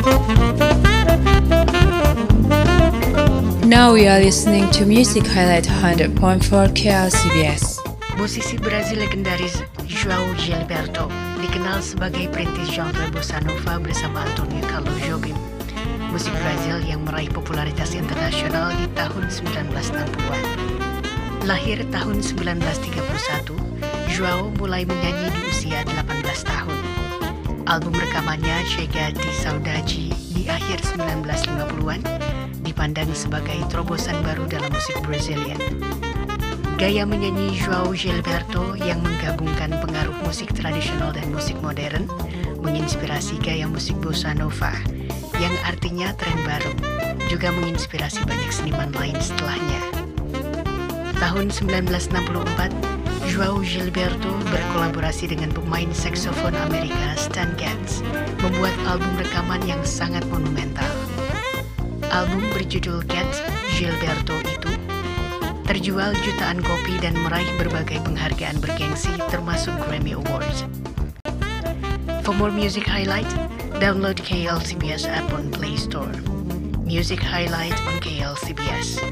Now we are listening to Music Highlight 100.4 KLCBS. Musisi Brazil legendaris João Gilberto dikenal sebagai perintis genre bossa nova bersama Antonio Carlos Jobim, musik Brazil yang meraih popularitas internasional di tahun 1960-an. Lahir tahun 1931, João mulai menyanyi di usia 18 tahun. Album rekamannya Chega de Saudade di akhir 1950-an dipandang sebagai terobosan baru dalam musik Brazilian. Gaya menyanyi João Gilberto yang menggabungkan pengaruh musik tradisional dan musik modern menginspirasi gaya musik bossa nova, yang artinya tren baru, juga menginspirasi banyak seniman lain setelahnya. Tahun 1964, João Gilberto berkolaborasi dengan pemain saksofon Amerika Stan Getz, membuat album rekaman yang sangat monumental. Album berjudul Getz Gilberto itu terjual jutaan kopi dan meraih berbagai penghargaan bergengsi termasuk Grammy Awards. For more music highlight, download KLCBS app on Play Store. Music highlight on KLCBS.